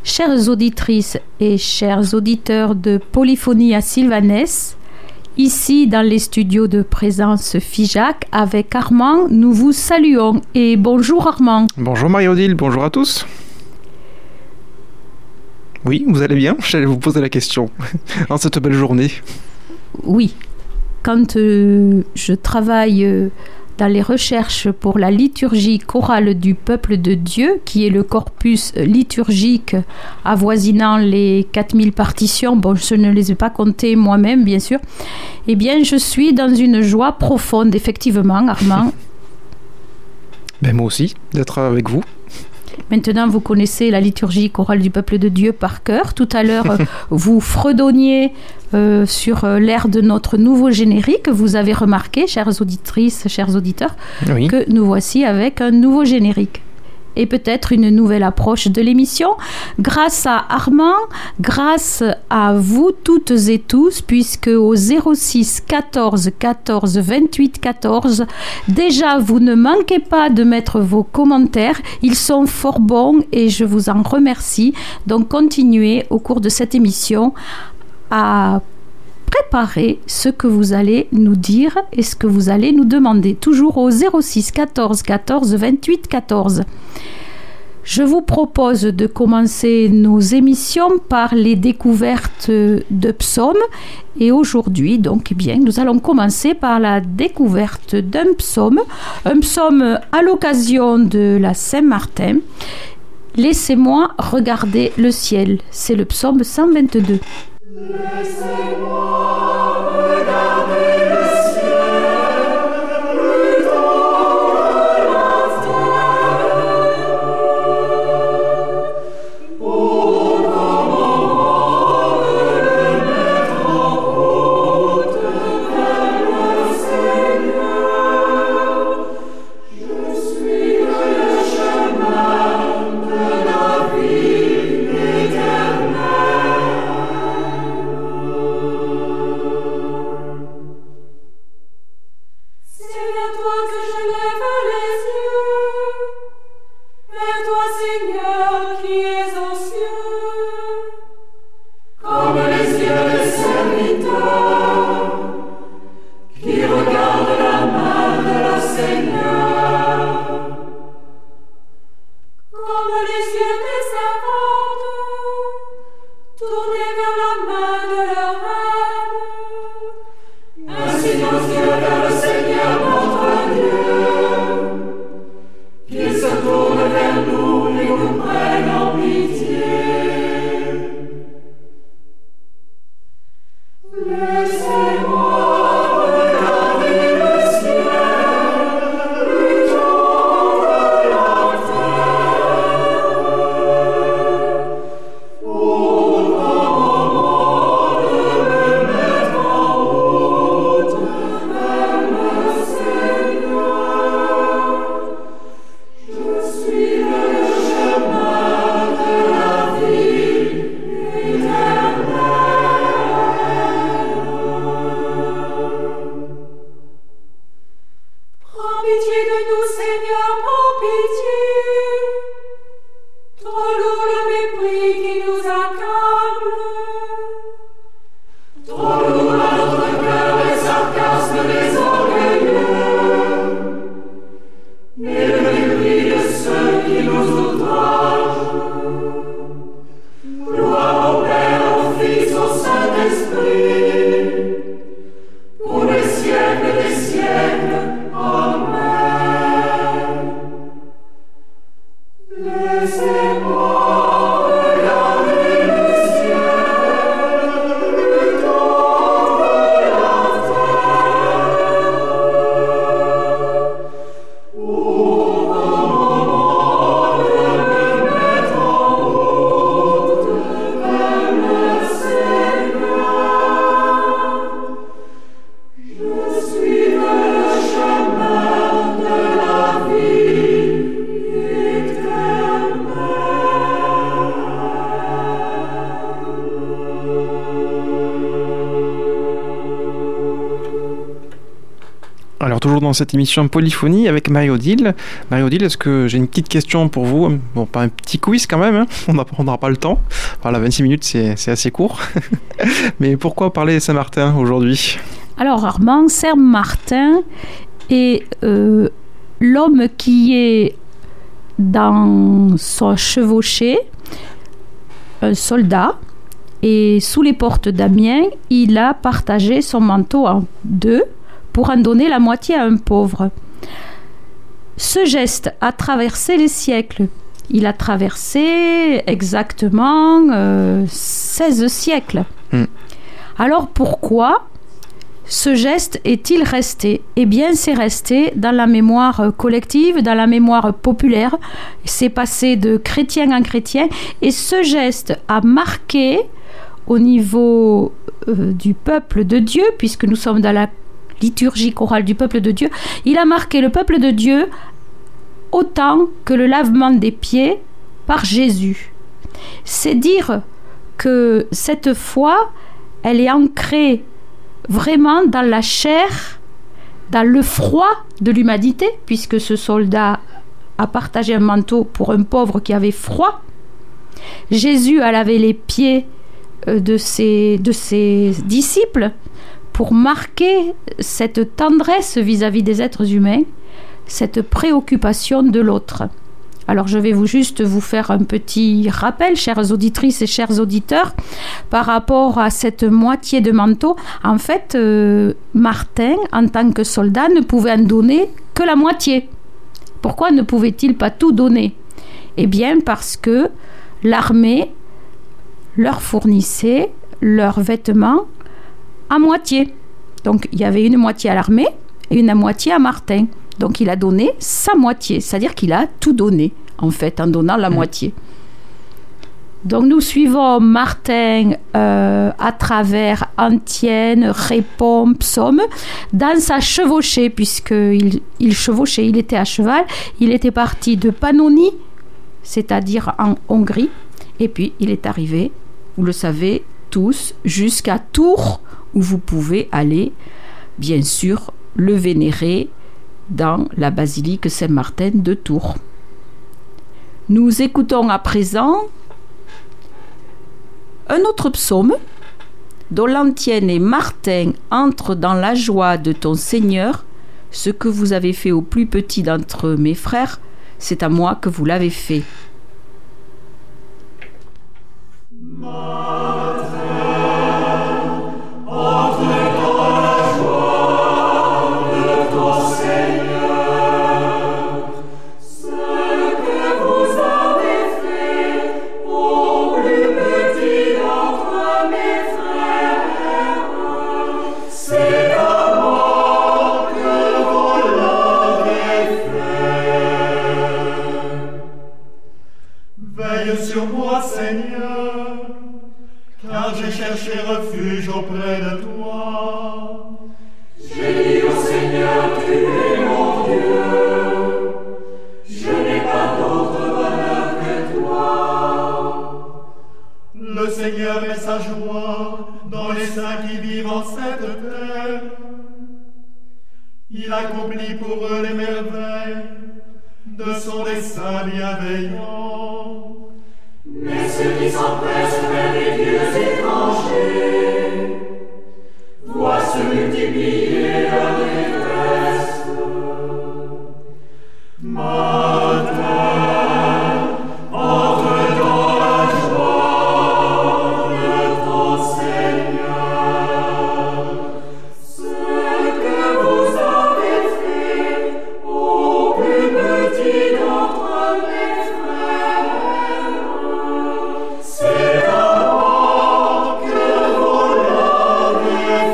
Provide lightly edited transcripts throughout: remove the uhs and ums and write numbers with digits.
Chères auditrices et chers auditeurs de Polyphonie à Sylvanès, ici dans les studios de Présence FIJAC avec Armand, nous vous saluons et bonjour Armand. Bonjour Marie-Odile, bonjour à tous. Oui, vous allez bien? J'allais vous poser la question en cette belle journée. Oui, quand je travaille dans les recherches pour la liturgie chorale du peuple de Dieu, qui est le corpus liturgique avoisinant les 4000 partitions, bon, je ne les ai pas comptées moi-même, bien sûr, eh bien, je suis dans une joie profonde, effectivement, Armand. Ben, moi aussi, d'être avec vous. Maintenant, vous connaissez la liturgie chorale du peuple de Dieu par cœur. Tout à l'heure, vous fredonniez sur l'air de notre nouveau générique. Vous avez remarqué, chères auditrices, chers auditeurs, oui, que nous voici avec un nouveau générique. Et peut-être une nouvelle approche de l'émission, grâce à Armand, grâce à vous toutes et tous, puisque au 06 14 14 28 14, déjà vous ne manquez pas de mettre vos commentaires, ils sont fort bons et je vous en remercie. Donc continuez au cours de cette émission à préparer ce que vous allez nous dire et ce que vous allez nous demander, toujours au 06 14 14 28 14. Je vous propose de commencer nos émissions par les découvertes de psaumes et aujourd'hui, donc, eh bien, nous allons commencer par la découverte d'un psaume, un psaume à l'occasion de la Saint-Martin. Laissez-moi regarder le ciel, c'est le psaume 122. Laissez-moi regarder le ciel, plutôt que la terre. Au moment de les mettre en route vers le Seigneur, je suivrai le chemin de la vie éternelle. Laissez-moi regarder le ciel, plutôt Alors toujours dans cette émission Polyphonie avec Marie-Odile. Marie-Odile, est-ce que j'ai une petite question pour vous? Bon, pas un petit quiz quand même, hein. On n'aura pas le temps. Voilà, 26 minutes, c'est assez court. Mais pourquoi parler de Saint-Martin aujourd'hui? Alors Armand, Saint-Martin est l'homme qui est dans son chevauché, un soldat, et sous les portes d'Amiens, il a partagé son manteau en deux pour en donner la moitié à un pauvre. Ce geste a traversé les siècles. Il a traversé exactement 16 siècles. Alors pourquoi ce geste est-il resté? Eh bien, c'est resté dans la mémoire collective, dans la mémoire populaire. C'est passé de chrétien en chrétien. Et ce geste a marqué au niveau du peuple de Dieu, puisque nous sommes dans la liturgie chorale du peuple de Dieu, il a marqué le peuple de Dieu autant que le lavement des pieds par Jésus. C'est dire que cette foi, elle est ancrée vraiment dans la chair, dans le froid de l'humanité, puisque ce soldat a partagé un manteau pour un pauvre qui avait froid. Jésus a lavé les pieds de ses disciples pour marquer cette tendresse vis-à-vis des êtres humains, cette préoccupation de l'autre. Alors je vais juste vous faire un petit rappel, chères auditrices et chers auditeurs, par rapport à cette moitié de manteau. En fait, Martin, en tant que soldat, ne pouvait en donner que la moitié. Pourquoi ne pouvait-il pas tout donner? Eh bien parce que l'armée leur fournissait leurs vêtements à moitié. Donc il y avait une moitié à l'armée et une moitié à Martin. Donc il a donné sa moitié, c'est-à-dire qu'il a tout donné, en fait, en donnant la moitié. Donc nous suivons Martin à travers Antienne, Répond, Psaume, dans sa chevauchée, puisqu'il chevauchait, il était à cheval. Il était parti de Pannonie, c'est-à-dire en Hongrie, et puis il est arrivé, vous le savez tous, jusqu'à Tours, où vous pouvez aller, bien sûr, le vénérer dans la basilique Saint-Martin de Tours. Nous écoutons à présent un autre psaume dont l'antienne est Martin, entre dans la joie de ton Seigneur. Ce que vous avez fait au plus petit d'entre mes frères, c'est à moi que vous l'avez fait. Sur moi, Seigneur, car j'ai cherché refuge auprès de toi. J'ai dit au Seigneur, tu es mon Dieu, je n'ai pas d'autre bonheur que toi. Le Seigneur est sa joie dans les saints qui vivent en cette terre. Il accomplit pour eux les merveilles de son dessein bienveillant. Mais ceux qui s'empressent vers les dieux étrangers voient se multiplier leur détresse. Matin, entre dans la joie de ton Seigneur. Ce que vous avez fait au plus petit d'entre mes frères, c'est à moi que vous l'avez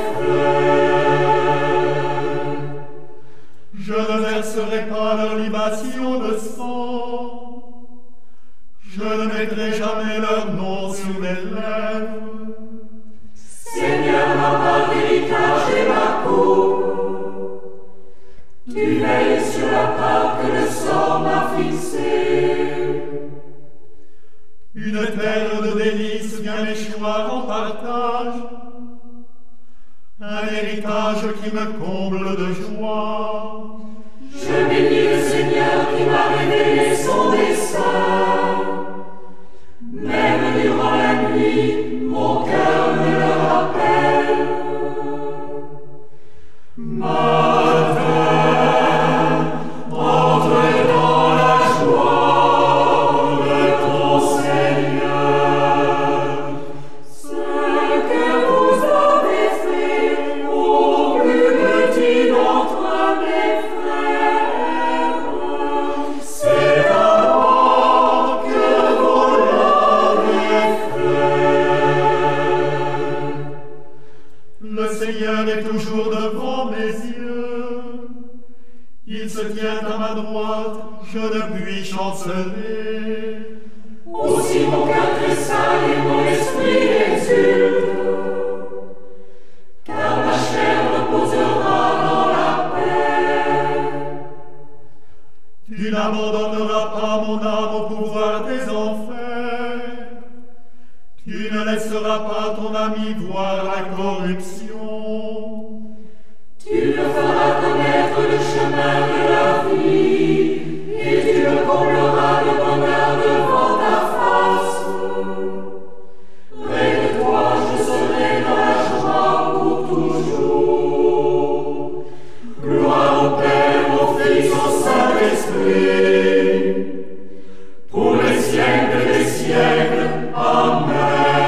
fait. Je ne verserai pas leur libation de sang, je ne mettrai jamais leur nom sur mes lèvres. Seigneur, ma part d'héritage et ma coupe, tu veilles sur la part que le sort m'a fixée. Une terre de délices vient m'échoir en partage. un héritage qui me comble de joie. Je bénis le Seigneur qui m'a révélé son dessein. Même durant la nuit, mon cœur me le rappelle. Matin, entre dans la joie de ton Seigneur. Ce que vous avez fait au plus petit d'entre mes frères, c'est à moi que vous l'avez fait. Le Seigneur est toujours devant mes yeux. Il se tient à ma droite, je ne puis chanceler. Aussi mon cœur tressaille et mon esprit exulte, car ma chair reposera dans la paix. Tu n'abandonneras pas mon âme au pouvoir des enfers. Tu ne laisseras pas ton ami voir la corruption. Tu me feras connaître le chemin de la vie, et tu me combleras de bonheur devant ta face. Près de toi, je serai dans la joie pour toujours. Gloire au Père, au Fils, au Saint-Esprit, pour les siècles des siècles. Amen.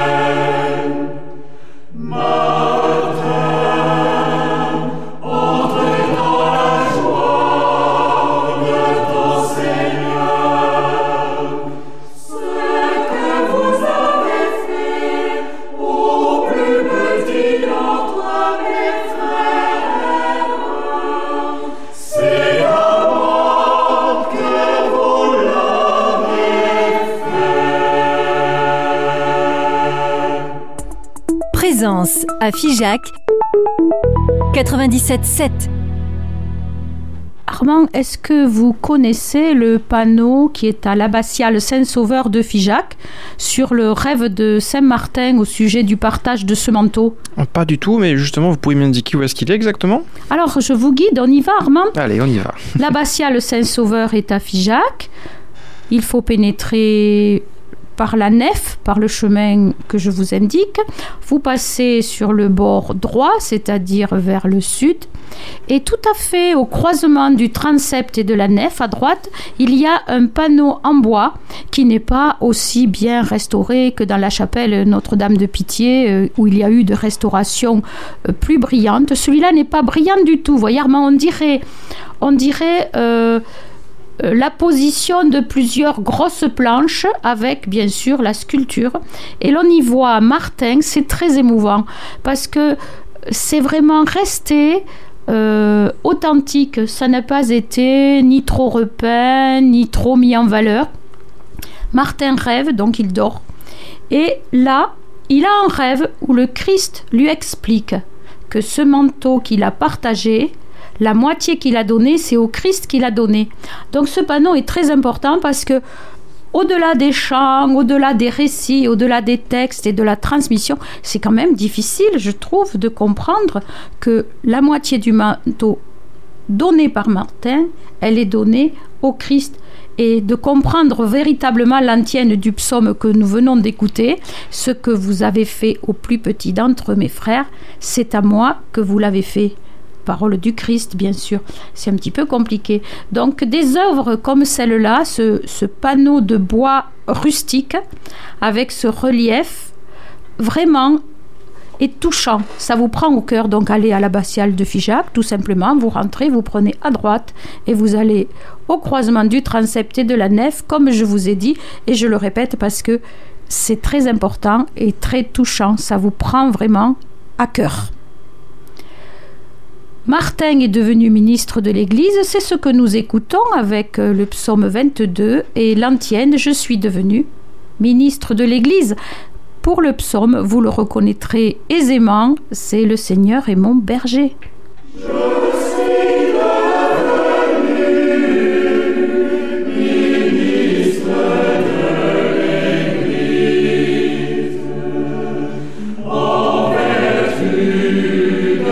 Présence à Figeac 97.7. Armand, est-ce que vous connaissez le panneau qui est à l'abbatiale Saint-Sauveur de Figeac sur le rêve de Saint-Martin au sujet du partage de ce manteau? Pas du tout, mais justement, vous pouvez m'indiquer où est-ce qu'il est exactement? Alors, je vous guide, on y va Armand? Allez, on y va. L'abbatiale Saint-Sauveur est à Figeac. Il faut pénétrer par la nef, par le chemin que je vous indique. Vous passez sur le bord droit, c'est-à-dire vers le sud. Et tout à fait au croisement du transept et de la nef, à droite, il y a un panneau en bois qui n'est pas aussi bien restauré que dans la chapelle Notre-Dame de Pitié, où il y a eu de restaurations plus brillantes. Celui-là n'est pas brillant du tout. Vous voyez, Armand, on dirait la position de plusieurs grosses planches avec bien sûr la sculpture, et l'on y voit Martin. C'est très émouvant parce que c'est vraiment resté authentique. Ça n'a pas été ni trop repeint ni trop mis en valeur. Martin rêve, donc il dort, et là il a un rêve où le Christ lui explique que ce manteau qu'il a partagé, la moitié qu'il a donnée, c'est au Christ qu'il a donné. Donc ce panneau est très important parce que, au-delà des chants, au-delà des récits, au-delà des textes et de la transmission, c'est quand même difficile, je trouve, de comprendre que la moitié du manteau donné par Martin, elle est donnée au Christ. Et de comprendre véritablement l'antienne du psaume que nous venons d'écouter, ce que vous avez fait au plus petit d'entre mes frères, c'est à moi que vous l'avez fait. Parole du Christ, bien sûr. C'est un petit peu compliqué. Donc, des œuvres comme celle-là, ce panneau de bois rustique, avec ce relief, vraiment est touchant. Ça vous prend au cœur. Donc, allez à l'abbatiale de Figeac, tout simplement. Vous rentrez, vous prenez à droite et vous allez au croisement du transept et de la nef, comme je vous ai dit. Et je le répète parce que c'est très important et très touchant. Ça vous prend vraiment à cœur. Martin est devenu ministre de l'Église, c'est ce que nous écoutons avec le psaume 22 et l'antienne « Je suis devenu ministre de l'Église ». Pour le psaume, vous le reconnaîtrez aisément, c'est « Le Seigneur est mon berger ». En vertu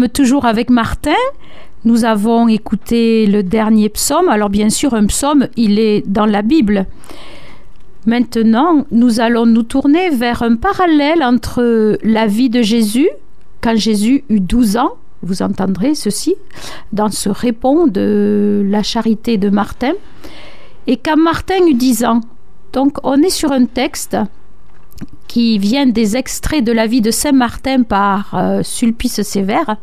sommes toujours avec Martin. Nous avons écouté le dernier psaume. Alors bien sûr, un psaume, il est dans la Bible. Maintenant, nous allons nous tourner vers un parallèle entre la vie de Jésus, quand Jésus eut 12 ans, vous entendrez ceci, dans ce répond de la charité de Martin, et quand Martin eut 10 ans. Donc on est sur un texte qui vient des extraits de la vie de Saint Martin par Sulpice Sévère,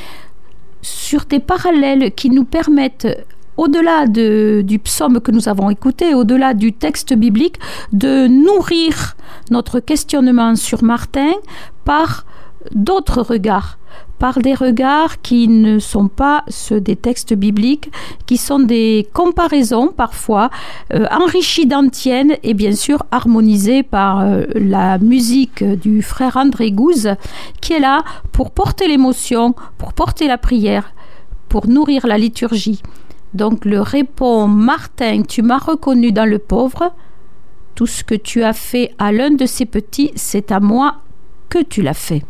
sur des parallèles qui nous permettent, au-delà du psaume que nous avons écouté, au-delà du texte biblique, de nourrir notre questionnement sur Martin par d'autres regards, par des regards qui ne sont pas ceux des textes bibliques, qui sont des comparaisons parfois enrichies d'antiennes et bien sûr harmonisées par la musique du frère André Gouze, qui est là pour porter l'émotion, pour porter la prière, pour nourrir la liturgie. Donc le répond: Martin, tu m'as reconnu dans le pauvre, tout ce que tu as fait à l'un de ces petits, c'est à moi que tu l'as fait.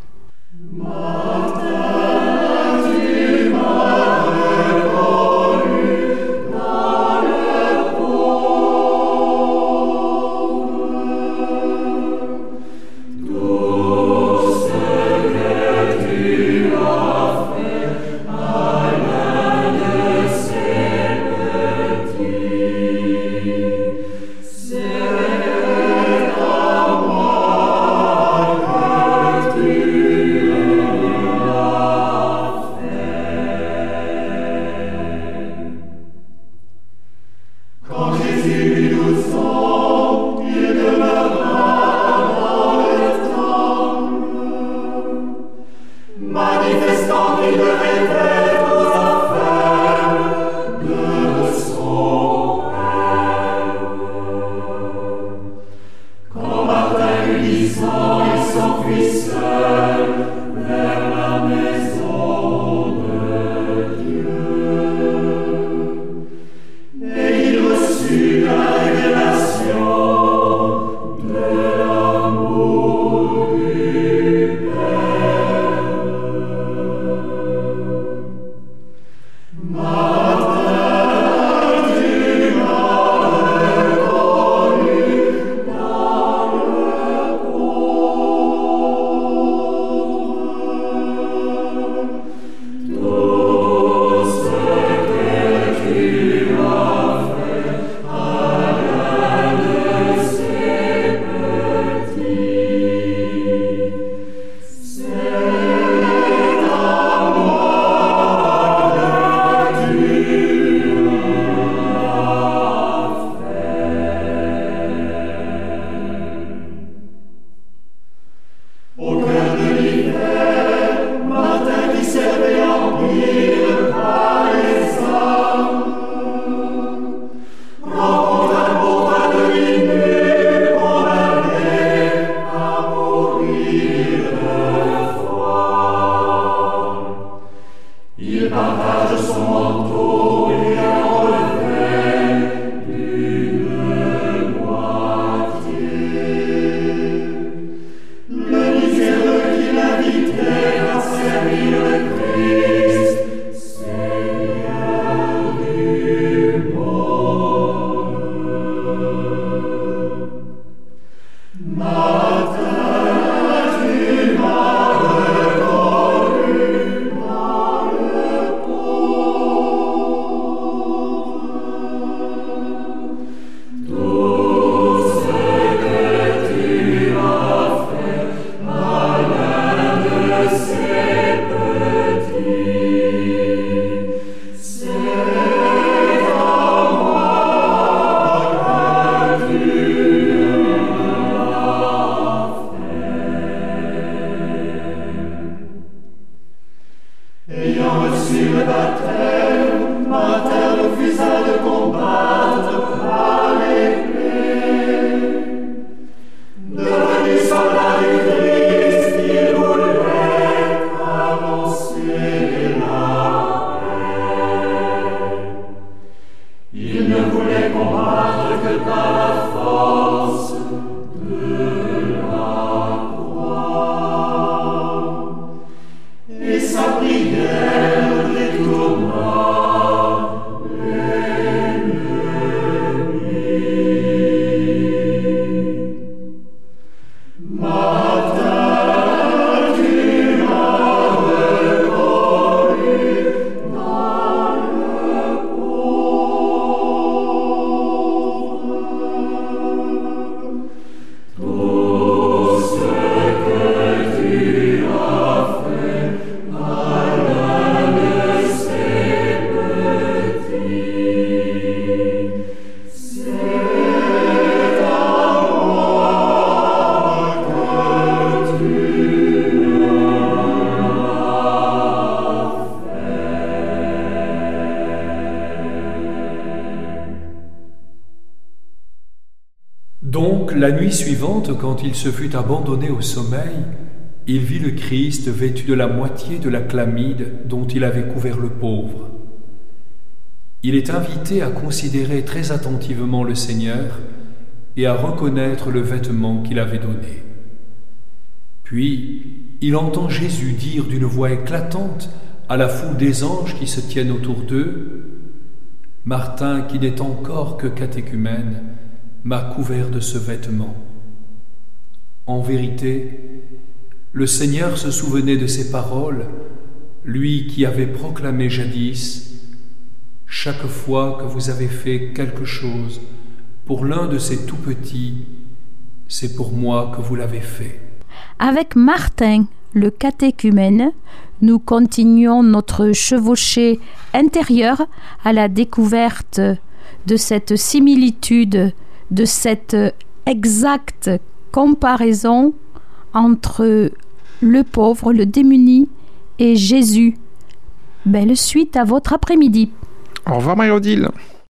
Et sa prière Donc, la nuit suivante, quand il se fut abandonné au sommeil, il vit le Christ vêtu de la moitié de la chlamyde dont il avait couvert le pauvre. Il est invité à considérer très attentivement le Seigneur et à reconnaître le vêtement qu'il avait donné. Puis, il entend Jésus dire d'une voix éclatante à la foule des anges qui se tiennent autour d'eux, « Martin, qui n'est encore que catéchumène, m'a couvert de ce vêtement. » En vérité, le Seigneur se souvenait de ces paroles, lui qui avait proclamé jadis, « Chaque fois que vous avez fait quelque chose pour l'un de ces tout-petits, c'est pour moi que vous l'avez fait. » Avec Martin, le catéchumène, nous continuons notre chevauchée intérieure à la découverte de cette similitude, de cette exacte comparaison entre le pauvre, le démuni et Jésus. Belle suite à votre après-midi. Au revoir Marie-Odile.